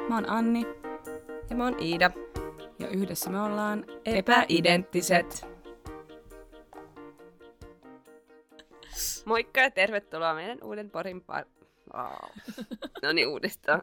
Mä oon Anni. Ja mä oon Iida. Ja yhdessä me ollaan epäidenttiset. Moikka ja tervetuloa meidän uuden porin No niin, uudestaan.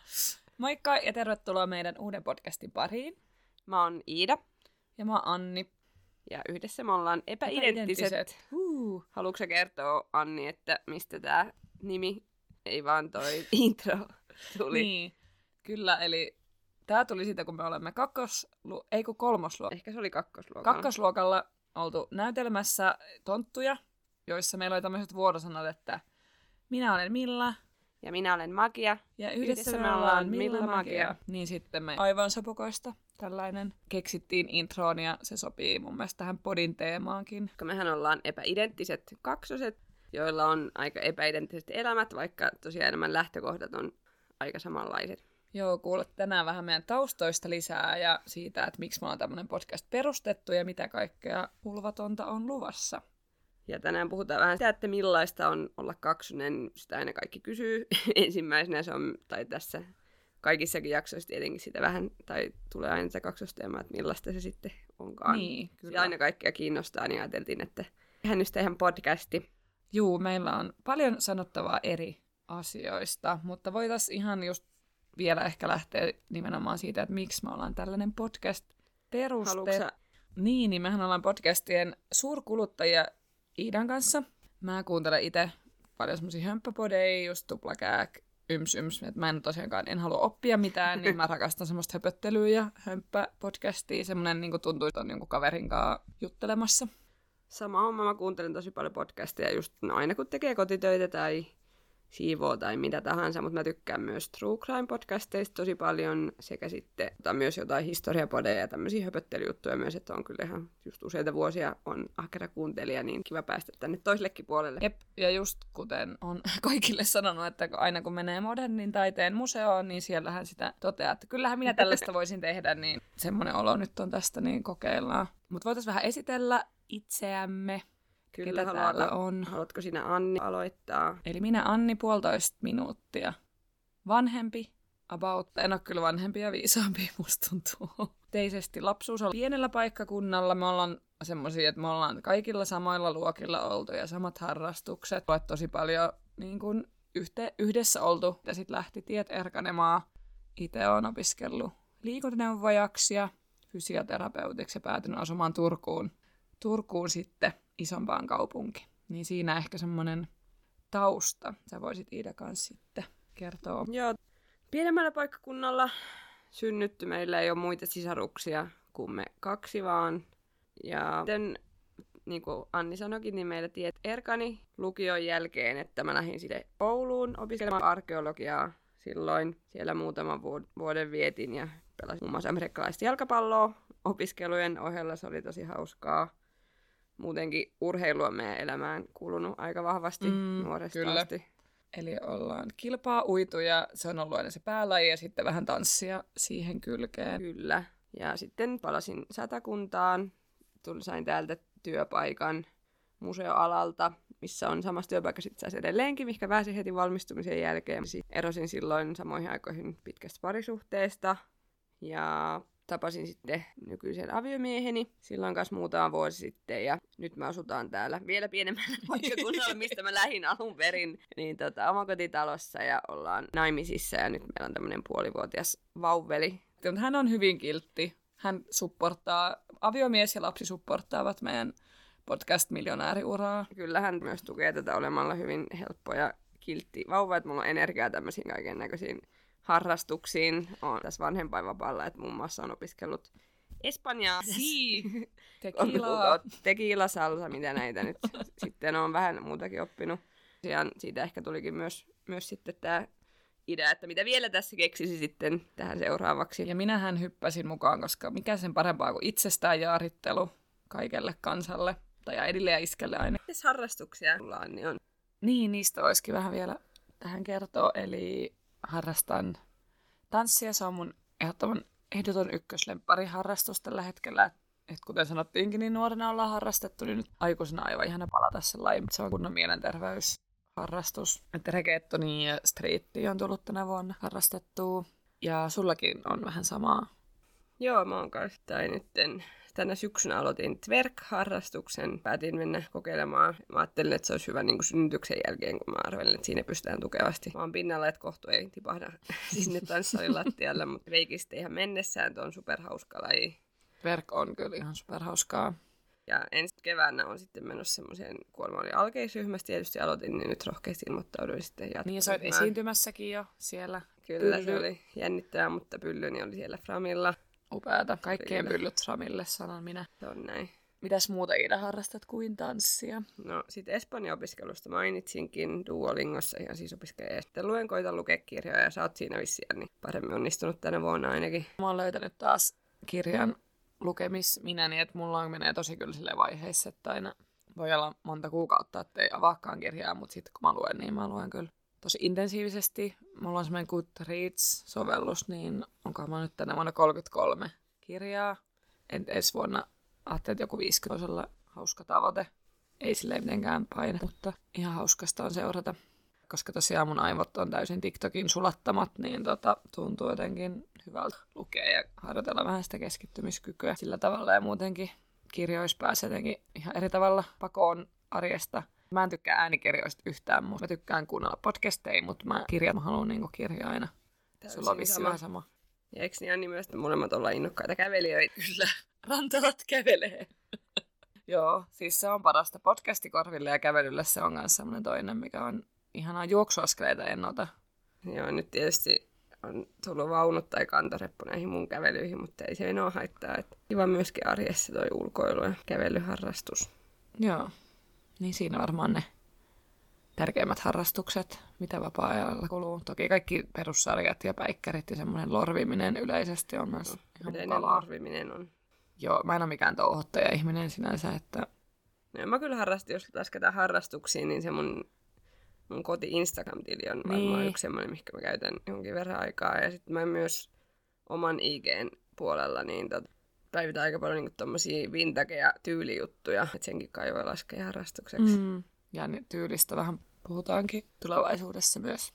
Moikka ja tervetuloa meidän uuden podcastin pariin. Mä oon Iida. Ja mä oon Anni. Ja yhdessä me ollaan epäidenttiset. Haluatko sä kertoa, Anni, että mistä tää nimi, ei vaan toi intro tuli? Niin, kyllä, eli tää tuli siitä, kun me olemme kolmosluokalla. Ehkä se oli kakkosluokalla. Kakkosluokalla oltu näytelmässä tonttuja, joissa meillä oli tämmöiset vuorosanat, että minä olen Milla. Ja minä olen Magia. Ja yhdessä me ollaan Milla Magia. Niin sitten me aivan sopukoista tällainen keksittiin introon ja se sopii mun mielestä tähän podin teemaankin. Mehän ollaan epäidenttiset kaksoset, joilla on aika epäidenttiset elämät, vaikka tosiaan elämän lähtökohdat on aika samanlaiset. Joo, kuulet tänään vähän meidän taustoista lisää ja siitä, että miksi me ollaan tämmöinen podcast perustettu ja mitä kaikkea hulvatonta on luvassa. Ja tänään puhutaan vähän sitä, että millaista on olla kaksonen. Sitä aina kaikki kysyy ensimmäisenä. Se on, tai tässä kaikissakin jaksoissa tietenkin sitä vähän, tai tulee aina sitä kaksosteemaa, että millaista se sitten onkaan. Niin, kyllä. Se aina kaikkia kiinnostaa, niin ajateltiin, että tehdään nyt ihan podcasti. Juu, meillä on paljon sanottavaa eri asioista, mutta voitaisiin ihan just vielä ehkä lähteä nimenomaan siitä, että miksi me ollaan tällainen podcast peruste. Niin, mehän ollaan podcastien suurkuluttajia Iidan kanssa. Mä kuuntelen itse paljon semmosia hömppäpodeja, just tuplakääk, yms. Että mä en halua oppia mitään, niin mä rakastan semmoista höpöttelyä ja hömppäpodcastia. Semmoinen niin tuntuu, että on jonkun kaverin kanssa juttelemassa. Sama homma, mä kuuntelen tosi paljon podcasteja just aina kun tekee kotitöitä tai siivoo tai mitä tahansa, mutta mä tykkään myös True Crime-podcasteista tosi paljon, sekä sitten myös jotain historiapodeja ja tämmöisiä höpöttelyjuttuja myös, että on kyllä ihan just useita vuosia on ahkera kuuntelija, niin kiva päästä tänne toisellekin puolelle. Jep, ja just kuten on kaikille sanonut, että aina kun menee modernin taiteen museoon, niin siellähän sitä toteaa, että kyllähän minä tällaista voisin tehdä, niin semmoinen olo nyt on tästä, niin kokeillaan. Mutta voitaisiin vähän esitellä itseämme. Kyllä, haluatko sinä Anni aloittaa? Eli minä Anni 1,5 minuuttia. Vanhempi, en ole kyllä vanhempi ja viisaampi, musta tuntuu. Teisesti lapsuus on pienellä paikkakunnalla. Me ollaan semmoisia, että me ollaan kaikilla samoilla luokilla oltu ja samat harrastukset. Olet tosi paljon niin kuin yhdessä oltu ja sitten lähti tiet erkanemaan. Itse olen opiskellut liikuntaneuvojaksi ja fysioterapeutiksi ja päätynyt asumaan Turkuun sitten isompaan kaupunkiin. Niin siinä ehkä semmoinen tausta. Sä voisit Iida kanssa sitten kertoa. Joo, pienemmällä paikkakunnalla synnytty. Meillä ei ole muita sisaruksia kuin me 2 vaan. Ja sitten, niin kuin Anni sanoikin, niin meillä tiet erkani lukion jälkeen, että mä lähdin sille Ouluun opiskelemaan arkeologiaa silloin. Siellä muutaman vuoden vietin ja pelasin muun muassa amerikkalaista jalkapalloa opiskelujen ohella. Se oli tosi hauskaa. Muutenkin urheilu on meidän elämään kuulunut aika vahvasti nuoresta asti. Eli ollaan kilpaa uitu ja se on ollut aina se päälaji ja sitten vähän tanssia siihen kylkeen. Kyllä. Ja sitten palasin Satakuntaan. Sain täältä työpaikan museoalalta, missä on samassa työpaikassa itse asiassa edelleenkin, mikä pääsin heti valmistumisen jälkeen. Erosin silloin samoihin aikoihin pitkästä parisuhteesta ja tapasin sitten nykyisen aviomieheni silloin kanssa muutama vuosi sitten ja nyt me asutaan täällä vielä pienemmällä paikkakunnalla, mistä mä lähdin alun perin, niin omakotitalossa ja ollaan naimisissa ja nyt meillä on tämmöinen 5,5-vuotias vauveli. Hän on hyvin kiltti. Hän aviomies ja lapsi supporttaavat meidän podcast-miljonääriuraa. Kyllä hän myös tukee tätä olemalla hyvin helppo ja kiltti vauva, että mulla on energiaa tämmöisiin kaiken näköisiin harrastuksiin. Olen tässä vanhempainvapaalla, että muun muassa on opiskellut Espanjaa. Tequila, salsa, mitä näitä nyt sitten on vähän muutakin oppinut. Ja siitä ehkä tulikin myös sitten tämä idea, että mitä vielä tässä keksisi sitten tähän seuraavaksi. Ja minähän hyppäsin mukaan, koska mikä sen parempaa kuin itsestään jaarittelu kaikelle kansalle, tai äidille ja iskelle aina. Mitäs harrastuksia sulla Anni on? Niin, niistä olisikin vähän vielä tähän kertoa. Eli harrastan tanssia, se on mun ehdoton ykköslemppariharrastus tällä hetkellä. Et kuten sanottiinkin, niin nuorena ollaan harrastettu, niin nyt aikuisena aivan ihana palata sellainen. Se on kunnon mielenterveysharrastus. Että reggaetonia ja streettiä on tullut tänä vuonna harrastettua. Ja sullakin on vähän samaa. Joo, mä oon kanssa. Tai nytten tänä syksynä aloitin twerk-harrastuksen. Päätin mennä kokeilemaan. Mä ajattelin, että se olisi hyvä niin kuin synnytyksen jälkeen, kun mä arvelin, että siinä pystytään tukevasti. Mä oon pinnalla, että kohtu ei tipahda sinne tanssalin lattialle, mutta veikistä ihan mennessään. Tuo on superhauska laji. Twerk on kyllä ihan superhauskaa. Ja ensi keväänä on sitten menossa semmoiseen, kun mä olin alkeisryhmässä tietysti aloitin, niin nyt rohkeasti ilmoittauduin sitten jatkoryhmään. Niin, sä olet esiintymässäkin jo siellä. Kyllä, se oli jännittävää, mutta pyllyni oli siellä Framilla. Upeata. Kaikkeen pyllyt Framille, sanon minä. Se on näin. Mitäs muuta Iida harrastat kuin tanssia? No sit Espanja-opiskelusta mainitsinkin Duolingossa ihan siis opiskelee. Sitten koitan lukea kirjoja ja sä oot siinä vissiin niin paremmin onnistunut tänä vuonna ainakin. Mä oon löytänyt taas kirjan lukemisminäni, että mulla menee tosi kyllä silleen vaiheissa, että aina voi olla monta kuukautta, ettei avaakaan kirjaa, mutta sitten kun mä luen, niin mä luen kyllä tosi intensiivisesti. Mulla on semmoinen Goodreads-sovellus, niin onkohan mä nyt tänä vuonna 33 kirjaa. Ensi vuonna ajattelin, että joku 50 olisi olla hauska tavoite. Ei silleen mitenkään paine, mutta ihan hauskasta on seurata. Koska tosiaan mun aivot on täysin TikTokin sulattamat, niin tuntuu jotenkin hyvältä lukea ja harjoitella vähän sitä keskittymiskykyä sillä tavalla. Ja muutenkin kirjoissa pääsee jotenkin ihan eri tavalla pakoon arjesta. Mä en tykkää äänikirjoista yhtään, mutta mä tykkään kuunnella podcasteja, mutta mä haluan niinku kirjaa aina. Täysin Sulla on vissiin vähän sama. Ja eikö niin Anni myös, että molemmat ollaan innokkaita kävelijöitä? Kyllä, rantavat kävelee. Joo, siis se on parasta podcastikorville ja kävelylle. Se on myös sellainen toinen, mikä on ihanaa juoksuaskeleita en ota. Joo, nyt tietysti on tullut vaunut tai kantoreppu näihin mun kävelyihin, mutta ei se enää haittaa. Että kiva myöskin arjessa toi ulkoilu ja kävelyharrastus. Joo, niin siinä varmaan ne tärkeimmät harrastukset, mitä vapaa-ajalla kuluu. Toki kaikki perussarjat ja päikkärit ja semmoinen lorviminen yleisesti on myös ihan mukavaa. Lorviminen on? Joo, mä en ole mikään touhottaja-ihminen sinänsä, että... No, mä kyllä harrastin, jos lasketaan harrastuksiin, niin se mun koti Instagram-tili on varmaan yksi semmoinen, mihin mä käytän jonkin verran aikaa. Ja sitten mä myös oman IGn puolella niin päivitän aika paljon niin tommosia vintage- ja tyylijuttuja, että senkin kai voi laskea harrastukseksi. Ja niin tyylistä vähän puhutaankin tulevaisuudessa myös.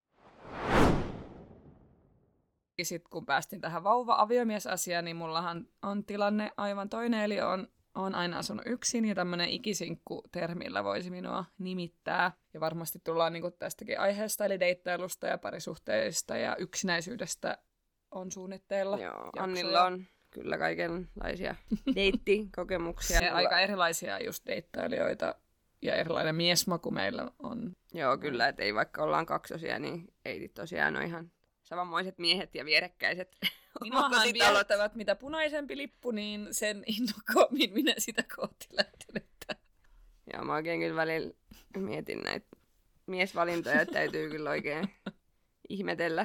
Sitten kun päästin tähän vauva-aviomies-asiaan, niin mullahan on tilanne aivan toinen, eli on aina asunut yksin ja tämmöinen ikisinkku-termillä voisi minua nimittää. Ja varmasti tullaan niinku tästäkin aiheesta, eli deittailusta ja parisuhteista ja yksinäisyydestä on suunnitteilla. Joo, jaksoja. Annilla on kyllä kaikenlaisia deittikokemuksia. Ja aika erilaisia just deittailijoita ja erilainen miesmaku meillä on. Joo, kyllä, että ei vaikka ollaan kaksosia, niin ei tosiaan ole ihan samanmoiset miehet ja vierekkäiset. Minuahan viehättävät, mitä punaisempi lippu, niin sen innokkaammin minä sitä kohti lähtenyt. Joo, mä oikein kyllä välillä mietin näitä miesvalintoja, että täytyy kyllä oikein ihmetellä.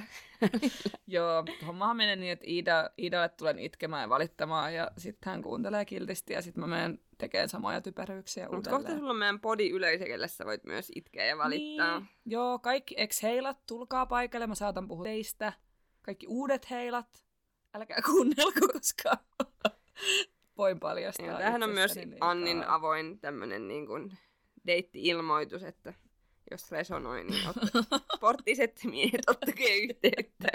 Joo, hommahan menee niin, että Iidalle tulen itkemään ja valittamaan, ja sitten hän kuuntelee kiltisti, ja sitten mä menen tekemään samoja typeryyksiä uudelleen. Mutta kohta sulla on meidän podi-yleisö, kelle sä voit myös itkeä ja valittaa. Niin. Joo, kaikki ex-heilat, tulkaa paikalle, mä saatan puhua teistä. Kaikki uudet heilat, älkää kuunnelko, koska voin paljastaa. Joo, tämähän on myös niin Annin avoin tämmönen niin kuin deitti-ilmoitus, että jos resonoi, niin sporttiset miehet ottakaa yhteyttä.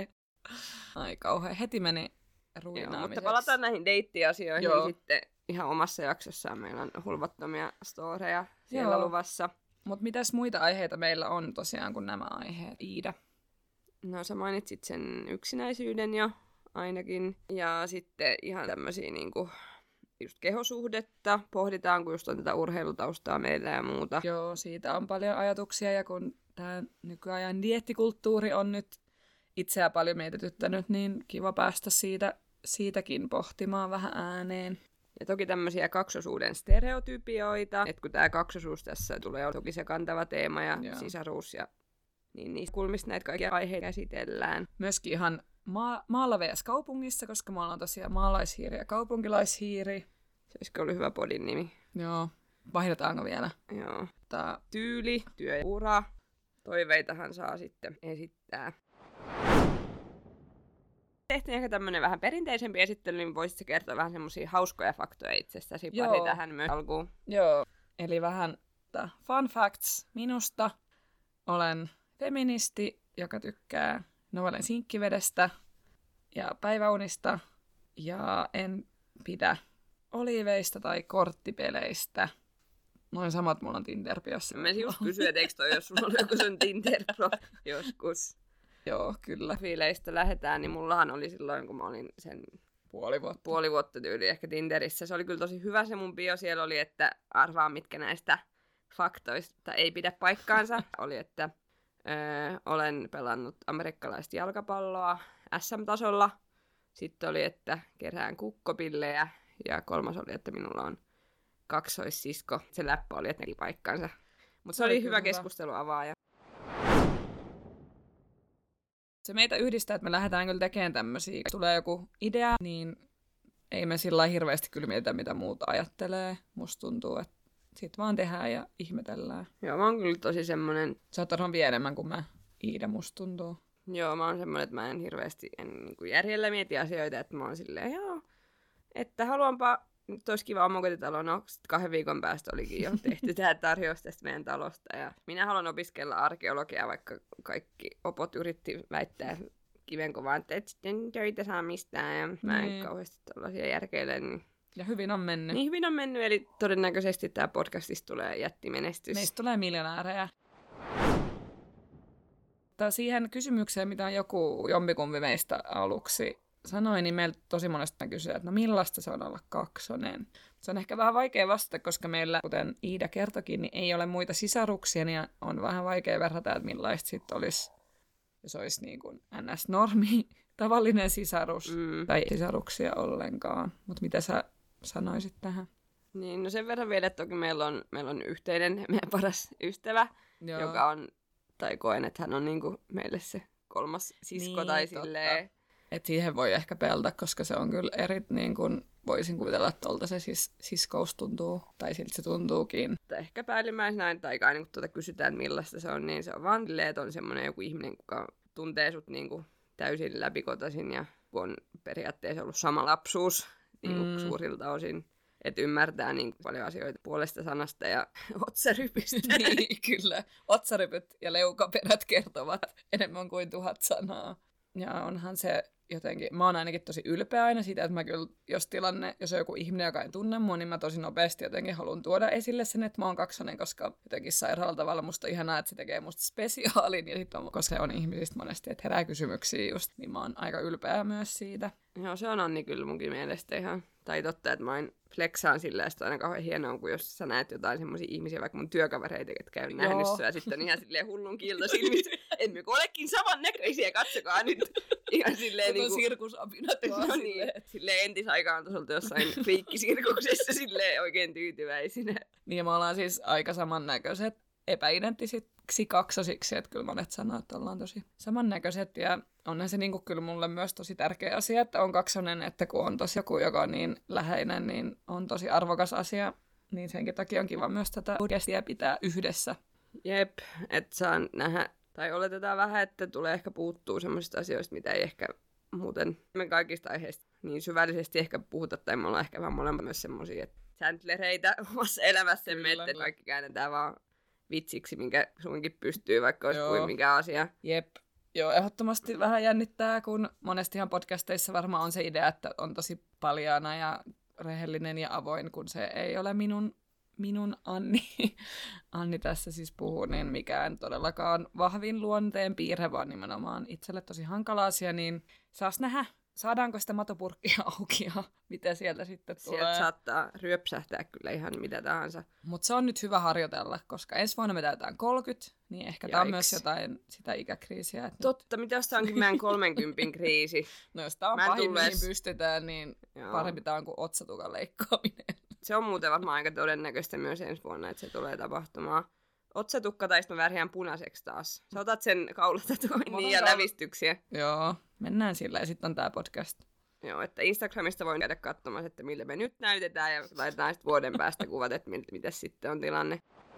Ai kauhean, heti meni ruinaamiseksi. Mutta palataan näihin deittiasioihin niin sitten ihan omassa jaksossaan. Meillä on hulvattomia storeja siellä luvassa. Mutta mitäs muita aiheita meillä on tosiaan kuin nämä aiheet, Iida? No sä mainitsit sen yksinäisyyden jo ainakin. Ja sitten ihan tämmöisiä niinku just kehosuhdetta pohditaan, kun just on tätä urheilutaustaa meillä ja muuta. Joo, siitä on paljon ajatuksia ja kun tämä nykyajan dieettikulttuuri on nyt itseä paljon mietityttänyt, niin kiva päästä siitäkin pohtimaan vähän ääneen. Ja toki tämmöisiä kaksosuuden stereotypioita, että kun tämä kaksosuus tässä tulee toki se kantava teema ja sisaruus ja niin niistä kulmista näitä kaikkia aiheita käsitellään. Myöskin ihan maalla vs. kaupungissa, koska me ollaan tosiaan maalaishiiri ja kaupunkilaishiiri. Se olisiko ollut hyvä podin nimi. Joo. Vaihdetaanko vielä? Joo. Tyyli, työ ja ura. Toiveitahan saa sitten esittää. Tehtiin ehkä tämmönen vähän perinteisempi esittely, niin voisitko kertoa vähän semmosia hauskoja faktoja itsestäsi pari tähän myös alkuun? Joo, eli vähän fun facts minusta. Olen feministi, joka tykkää Novellen sinkkivedestä. ja päiväunista. Ja en pidä oliiveista tai korttipeleistä. Noin samat mulla on Tinder-biossa. Mä just kysyä, että eikö toi, jos sulla oli joku sun Tinder-pro joskus. Joo, kyllä. Profiileista lähdetään, niin mullahan oli silloin, kun mä olin sen puoli vuotta tyyli ehkä Tinderissä. Se oli kyllä tosi hyvä se mun bio. Siellä oli, että arvaa mitkä näistä faktoista ei pidä paikkaansa. Oli, että olen pelannut amerikkalaista jalkapalloa SM-tasolla. Sitten oli, että kerään kukkopillejä. Ja kolmas oli, että minulla on kaksoissisko. Se läppä oli, että ne paikkaansa. Mutta se oli hyvä keskusteluavaaja. Se meitä yhdistää, että me lähdetään kyllä tekemään tämmöisiä. Tulee joku idea, niin ei me sillä hirveästi kyllä mietitä, mitä muuta ajattelee. Musta tuntuu, että sit vaan tehdään ja ihmetellään. Joo, mä oon kyllä tosi semmonen... Sä oot varmaan vielä enemmän kuin mä, Iida, musta tuntuu. Joo, mä oon semmonen, että mä en hirveästi niin kuin järjellä mieti asioita, että mä oon silleen, joo, että haluanpa, nyt olisi kiva omakotitalo, no 2 viikon päästä olikin jo tehty tää tarjous tästä meidän talosta. Ja minä haluan opiskella arkeologiaa, vaikka kaikki opot yritti väittää kivenkovaan, että et sitten töitä saa mistään, ja mä en kauheasti tällaisia järkeile, niin... Ja hyvin on mennyt. Niin hyvin on mennyt, eli todennäköisesti tää podcastista tulee jättimenestys. Meistä tulee miljonäärejä. Siihen kysymykseen, mitä jompikumpi meistä aluksi sanoi, niin meiltä tosi monesti kysyy, että no millaista se on olla kaksonen. Se on ehkä vähän vaikea vastata, koska meillä, kuten Iida kertokin, niin ei ole muita sisaruksia, niin on vähän vaikea verrata, että millaista sitten olisi, jos olisi niin kuin NS-normi, tavallinen sisarus, tai sisaruksia ollenkaan. Mutta mitä sä sanoisit tähän? Niin, no sen verran vielä, että toki meillä on yhteinen, meidän paras ystävä, joka on, tai koen, että hän on niinku meille se kolmas sisko niin, tai silleen. Että siihen voi ehkä pelata, koska se on kyllä eri, niin kuin voisin kuvitella, että tuolta se siskous tuntuu, tai siltä se tuntuukin. Ehkä päällimmäisenä, tai kai niin kun kysytään, millaista se on, niin se on vaan silleen, että on semmoinen joku ihminen, joka tuntee sut niin kuin täysin läpikotaisin, ja on periaatteessa ollut sama lapsuus niin kuin suurilta osin. Että ymmärtää niin paljon asioita puolesta sanasta ja otsarypystä. Niin, kyllä. Otsarypyt ja leukaperät kertovat enemmän kuin 1000 sanaa. Ja onhan se jotenkin, mä oon ainakin tosi ylpeä aina siitä, että mä kyllä, jos on joku ihminen, joka ei tunne mua, niin mä tosi nopeasti jotenkin haluan tuoda esille sen, että mä oon kaksonen, koska jotenkin sairaalla tavalla musta on ihanaa, että se tekee musta spesiaalin, ja sitten koska se on ihmisistä monesti, että herää kysymyksiä just, niin mä oon aika ylpeä myös siitä. Joo, se on Anni kyllä munkin mielestä ihan, tai totta, että mä en flexaan sillä, että on aina kauhean hienoa, kun jos sä näet jotain semmoisia ihmisiä, vaikka mun työkavereita, jotka on nähnyt sua, ja sitten on ihan silleen hullun kiilto silmissä, emmekö olekin samannäköisiä, katsokaa nyt. Ihan silleen niinku... sirkusapinat vaan no niin, silleen entisaikaan tuossa jossain friikkisirkuksessa silleen oikein tyytyväisinä. Niin, me ollaan siis aika samannäköiset, epäidenttisiksi kaksosiksi, että kyllä monet sanoo, että ollaan tosi samannäköiset, ja onhan se niinku kyllä mulle myös tosi tärkeä asia, että on kaksonen, että kun on tosi joku, joka on niin läheinen, niin on tosi arvokas asia, niin senkin takia on kiva myös tätä podcastia pitää yhdessä. Jep, että saan nähdä, tai oletetaan vähän, että tulee ehkä puuttuu semmoisista asioista, mitä ei ehkä muuten me kaikista aiheista niin syvällisesti ehkä puhuta, tai me ollaan ehkä vähän molemmat myös semmoisia säntlereitä omassa elämässämme, että kaikki käännetään vaan vitsiksi, minkä sunkin pystyy, vaikka olisi kuin mikä asia. Jep. Joo, ehdottomasti vähän jännittää, kun monestihan podcasteissa varmaan on se idea, että on tosi paljaana ja rehellinen ja avoin, kun se ei ole minun Anni tässä siis puhuu, niin mikään todellakaan vahvin luonteen piirre, vaan nimenomaan itselle tosi hankala asia, niin saas nähdä, saadaanko sitä matopurkkia auki ja mitä sieltä sitten tulee. Sieltä saattaa ryöpsähtää kyllä ihan mitä tahansa. Mutta se on nyt hyvä harjoitella, koska ensi vuonna me täytetään 30, niin ehkä tämä on myös jotain sitä ikäkriisiä. Että totta, mitä jos tämä onkin meidän 30 kriisi? No jos tämä on pahin, mihin pystytään, niin parempi tämä on kuin otsatukan leikkaaminen. Se on muuten varmaan aika todennäköistä myös ensi vuonna, että se tulee tapahtumaan. Otsatukka tai sitten mä värjään punaiseksi taas. Sä otat sen kaulatatuoinnin ja lävistyksiä. Joo, mennään sillä ja sitten on tää podcast. Joo, että Instagramista voin käydä katsomassa, että millä me nyt näytetään ja laitetaan sitten vuoden päästä kuvat, että mitä sitten on tilanne.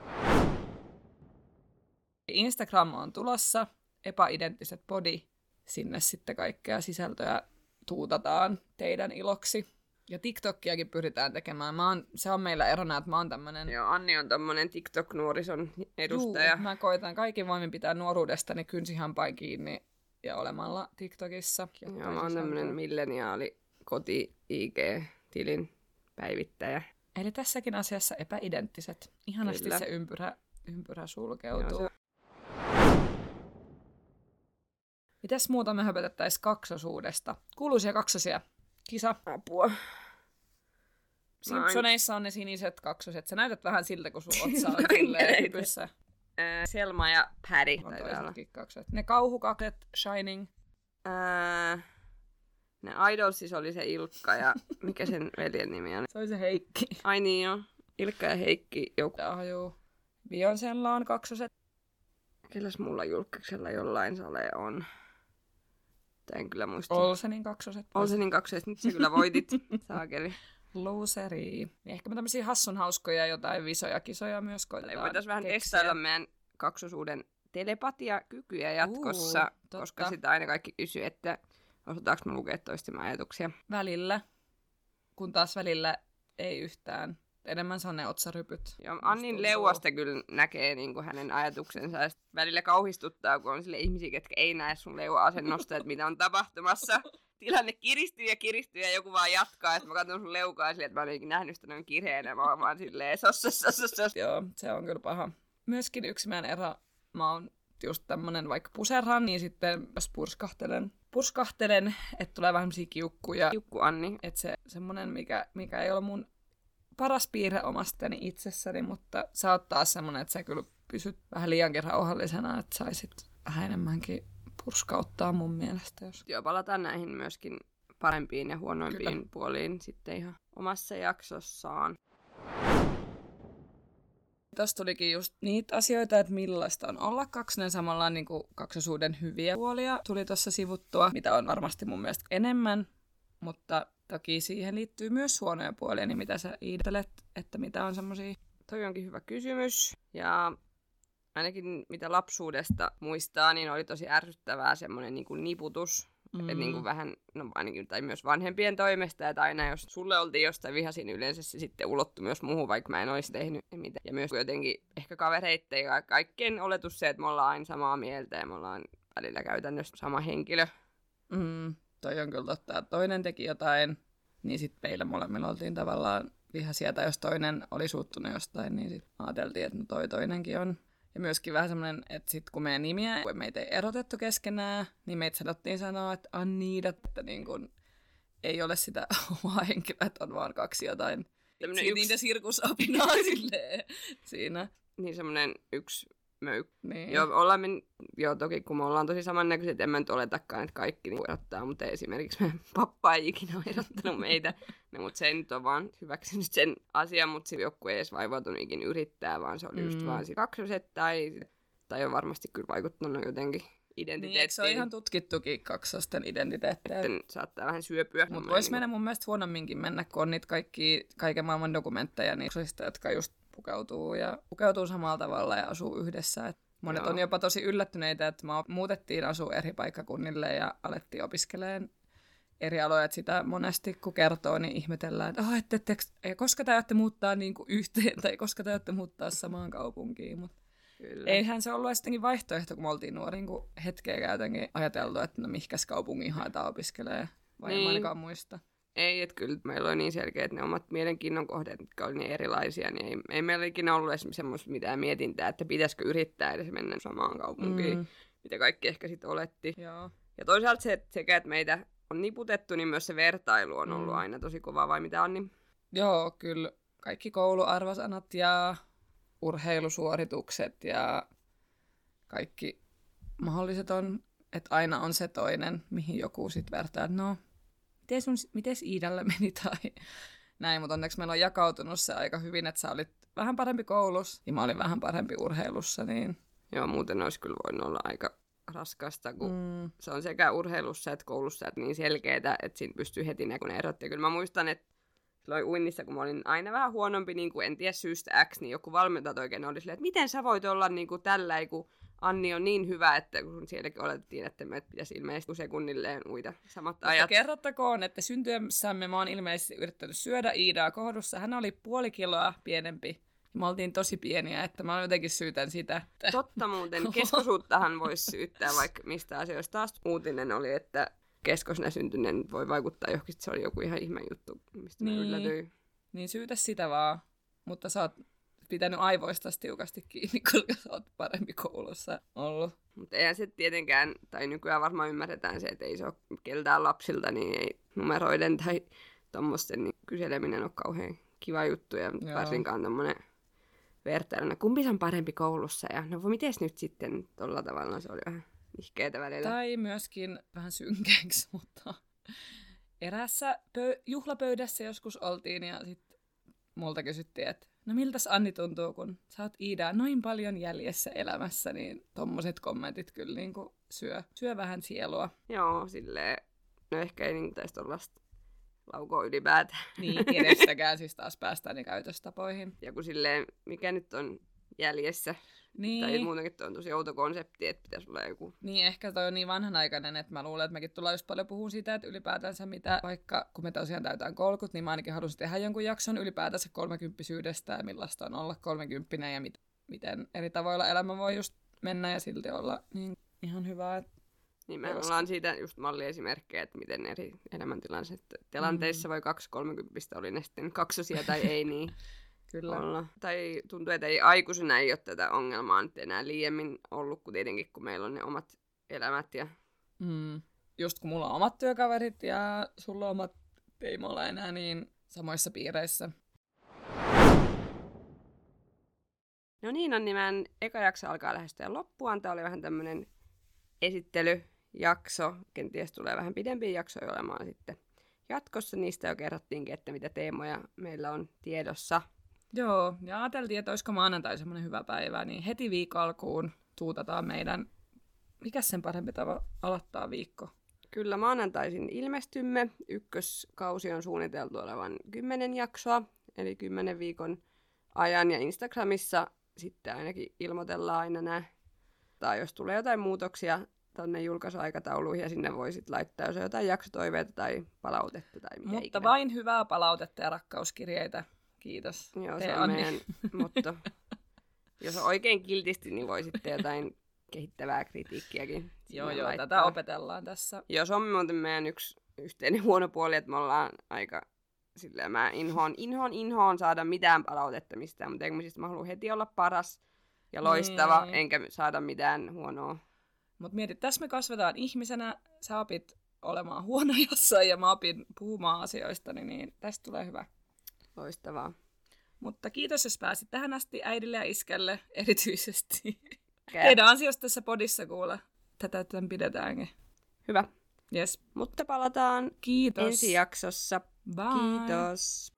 Instagram on tulossa, epäidenttiset body. Sinne sitten kaikkea sisältöä tuutataan teidän iloksi. Ja TikTokiakin pyritään tekemään. Se on meillä erona, että mä oon tämmönen... Joo, Anni on tommonen TikTok-nuorison edustaja. Mä koitan kaikin voimin pitää nuoruudestani kynsihampain kiinni ja olemalla TikTokissa. Joo, mä oon tämmönen milleniaali koti-IG-tilin päivittäjä. Eli tässäkin asiassa epäidenttiset. Ihanasti Kyllä. se ympyrä sulkeutuu. Joo, Mitäs muuta me höpötettäisiin kaksosuudesta? Kuuluisia kaksosia. Kisa. Apua. Simpsoneissa on ne siniset kaksoset. Sä näytät vähän siltä, kun sun otsa on silleen hypyssä. Selma ja Päri. On toisetkin kaksoset. Ne kauhukakset, Shining. Ne Idolsis oli se Ilkka ja mikä sen veljen nimi on? Se oli se Heikki. Ai niin joo. Ilkka ja Heikki. Juu. Beyoncélla on kaksoset. Kelläs mulla Julkkiksella jollain sale on? En kyllä muista. Olsenin kaksoset. Olsenin kaksoset. Nyt sä kyllä voitit. Saakeli. Loseri. Ehkä me tämmöisiä hassun hauskoja jotain visoja kisoja myös koitetaan. Voitaisiin vähän testailla meidän kaksosuuden telepatiakykyjä jatkossa, koska sitä aina kaikki kysyy, että osataanko me lukea toistemme ajatuksia. Välillä, kun taas välillä ei yhtään. Enemmän se on ne otsarypyt. Joo, Annin leuasta kyllä näkee niin kuin hänen ajatuksensa. Ja välillä kauhistuttaa, kun on sille ihmisiä, ketkä ei näe sun leuasennosta, että mitä on tapahtumassa. Tilanne kiristyy ja joku vaan jatkaa. Että mä katson sun leukaa silleen, että mä oon jotenkin nähnyt sitä noin kirheenä. Mä oon vaan silleen sos. Joo, se on kyllä paha. Myöskin yksi meidän erä, mä oon just tämmönen vaikka puserhan, niin sitten jos purskahtelen, että tulee vähän semmosia kiukkuja. Kiukku Anni. Että se semmonen, mikä ei ole mun paras piirre omastani itsessäni, mutta sä oot taas semmonen, että sä kyllä pysyt vähän liiankin rauhallisena, että saisit vähän enemmänkin purskauttaa mun mielestä. Joo, palataan näihin myöskin parempiin ja huonoimpiin puoliin sitten ihan omassa jaksossaan. Tuossa tulikin just niitä asioita, että millaista on olla kaksonen, samalla niin kuin kaksosuuden hyviä puolia tuli tuossa sivuttua, mitä on varmasti mun mielestä enemmän, mutta toki siihen liittyy myös huonoja puolia, niin mitä sä iidelet, että mitä on semmosia? Toi onkin hyvä kysymys, ja ainakin mitä lapsuudesta muistaa, niin oli tosi ärsyttävää semmoinen niin kuin niputus. Että niin kuin vähän, no ainakin, tai myös vanhempien toimesta, että aina jos sulle oltiin jostain vihasin, niin yleensä se sitten ulottui myös muuhun, vaikka mä en olisi tehnyt mitään. Ja myös jotenkin ehkä kavereitten ja kaikkien oletus se, että me ollaan aina samaa mieltä ja me ollaan välillä käytännössä sama henkilö. Toi on kyllä totta, että toinen teki jotain, niin sitten meillä molemmilla oltiin tavallaan vihaisia, tai jos toinen oli suuttunut jostain, niin sitten ajateltiin, että no toi toinenkin on. Ja myöskin vähän semmoinen, että sitten kun meidän nimiä, kun meitä ei erotettu keskenään, niin meitä sanottiin sanoa, että Anniidat, että niin kun ei ole sitä omaa henkilöä, että on vaan kaksi jotain. Niitä sirkusapinaa siinä. Niin semmoinen yksi möykky. Niin. Joo, toki kun me ollaan tosi samannäköiset, en mä nyt oletakaan, että kaikki niin erottaa, mutta esimerkiksi meidän pappa ei ikinä ole erottanut meitä. No, mutta se nyt on vaan hyväksynyt sen asian, mutta joku ei edes vaivautunut ikinä yrittää, vaan se oli just vaan kaksoset tai on varmasti kyllä vaikuttanut jotenkin identiteettiin. Niin, se on ihan tutkittukin kaksosten identiteettiä. Saattaa vähän syöpyä. Mutta voisi mennä mun mielestä huonomminkin mennä, kun on niitä kaiken maailman dokumentteja niistä, jotka just pukeutuu samalla tavalla ja asuu yhdessä. Et monet on jopa tosi yllättyneitä, että muutettiin asua eri paikkakunnille ja alettiin opiskelemaan eri aloja. Et sitä monesti kun kertoo, niin ihmetellään, että koska te ajatte muuttaa niinku yhteen tai koska te ajatte muuttaa samaan kaupunkiin. Mut eihän se ollut sittenkin vaihtoehto, kun me oltiin nuorin, kun hetkeä jotenkin ajateltu, että no mihkäs kaupungin haetaan opiskelee. Vai en ainakaan muista. Ei, että kyllä meillä oli niin selkeät ne omat mielenkiinnon kohdeet, mitkä oli niin erilaisia, niin ei meillä ikinä ollut esimerkiksi semmoista mitään mietintää, että pitäisikö yrittää edes mennä samaan kaupunkiin, mitä kaikki ehkä sitten oletti. Joo. Ja toisaalta sekä, että meitä on niputettu, niin myös se vertailu on ollut aina tosi kova, vai mitä Anni? Joo, kyllä. Kaikki kouluarvosanat ja urheilusuoritukset ja kaikki mahdolliset on, että aina on se toinen, mihin joku sitten vertaa, että no, miten Iidalle meni tai näin, mutta onneksi meillä on jakautunut se aika hyvin, että sä olit vähän parempi koulussa ja mä olin vähän parempi urheilussa, niin... Joo, muuten olisi kyllä voinut olla aika raskasta, kun se on sekä urheilussa että koulussa että niin selkeää, että siinä pystyy heti näkymään erot. Ja kyllä mä muistan, että silloin uinnissa, kun mä olin aina vähän huonompi, niin kuin en tiedä syystä X, niin joku valmentajat oikein oli silleen, että miten sä voit olla niin kuin tällä, kun Anni on niin hyvä, että kun sielläkin oletettiin, että me pitäisi ilmeisesti sekunnilleen uida samat ajat. Kerrottakoon, että syntyessämme mä oon ilmeisesti yrittänyt syödä Iidaa kohdussa. Hän oli 0,5 kiloa pienempi Ja me oltiin tosi pieniä, että mä jotenkin syytän sitä. Että... Totta muuten, keskosuuttahan voisi syyttää vaikka mistä asioista. Taas uutinen oli, että keskosena syntyneen voi vaikuttaa johonkin, että se oli joku ihan ihme juttu, mistä niin. Mä yllätyin. Niin syytä sitä vaan, mutta sä oot pitänyt aivoista tiukasti kiinni, koska sä oot parempi koulussa ollut. Mutta eihän se tietenkään, tai nykyään varmaan ymmärretään se, että ei se ole keltään lapsilta, niin ei numeroiden tai tommosten niin kyseleminen ole kauhean kiva juttu. Ja varsinkaan tommonen vertailuna, kumpi on parempi koulussa. Ja no mites nyt sitten tolla tavalla, se oli vähän ihkeetä välillä. Tai myöskin vähän synkeäksi, mutta eräässä juhlapöydässä joskus oltiin ja sitten multa kysyttiin, että no miltäs Anni tuntuu, kun sä oot Iidaa noin paljon jäljessä elämässä, niin tommoset kommentit kyllä niinku syö vähän sielua. Joo, silleen, no ehkä ei niinku taisi tollaista laukoa ylipäätään. Niin, kenestäkään siis taas päästään niin käytöstapoihin. Ja kun silleen, mikä nyt on jäljessä, niin. Tai muutenkin toi on tosi outo konsepti, että pitäisi olla joku... Niin, ehkä toi on niin vanhanaikainen, että mä luulen, että mekin tullaan just paljon puhumaan siitä, että ylipäätänsä mitä, vaikka kun me tosiaan täytään 30, niin mä ainakin halusin tehdä jonkun jakson ylipäätänsä 30-syydestä ja millaista on olla 30 ja miten eri tavoilla elämä voi just mennä ja silti olla niin ihan hyvää. Niin me ollaan siitä just malliesimerkkejä, että miten eri elämäntilanteissa voi 2-30 oli ne sitten kaksosia tai ei, niin... Kyllä. Olla. Tai tuntuu, että ei aikuisena ei ole tätä ongelmaa nyt enää liiemmin ollut, kun tietenkin kun meillä on ne omat elämät. Ja... Just kun mulla on omat työkaverit ja sulla on omat, ei me olla enää niin samoissa piireissä. No niin, on nimen eka jakso alkaa lähestyä loppuaan. Tämä oli vähän tämmöinen esittelyjakso. Kenties tulee vähän pidempiä jaksoja olemaan sitten jatkossa. Niistä jo kerrottiinkin, että mitä teemoja meillä on tiedossa. Joo, ja ajateltiin, että olisiko maanantai semmoinen hyvä päivä, niin heti viikon alkuun tuutataan meidän, mikäs sen parempi tapa aloittaa viikko? Kyllä maanantaisin ilmestymme. Ykköskausi on suunniteltu olevan 10 jaksoa, eli 10 viikon ajan, ja Instagramissa sitten ainakin ilmoitellaan aina nämä, tai jos tulee jotain muutoksia tuonne julkaisuaikatauluihin, ja sinne voi sitten laittaa, jos on jotain jaksotoiveita tai palautetta tai mitä Mutta ikinä. Vain hyvää palautetta ja rakkauskirjeitä. Kiitos. Joo, se on meidän motto. Jos on oikein kiltisti, niin voi sitten jotain kehittävää kritiikkiäkin. Joo, tätä opetellaan tässä. Jos on muuten meidän yksi yhteinen huono puoli, että me ollaan aika silleen, mä inhoon saada mitään palautetta mistään, mutta mä haluan heti olla paras ja loistava, enkä saada mitään huonoa. Mutta mieti, tässä me kasvetaan ihmisenä, sä opit olemaan huono jossain ja mä opin puhumaan asioista, niin tästä tulee hyvä. Loistavaa. Mutta kiitos, jos pääsit tähän asti äidille ja iskälle erityisesti. Teidän ansiosta tässä podissa kuule. Tätä tämän pidetäänkin. Hyvä. Yes. Mutta palataan Kiitos. ensi jaksossa. Bye. Kiitos.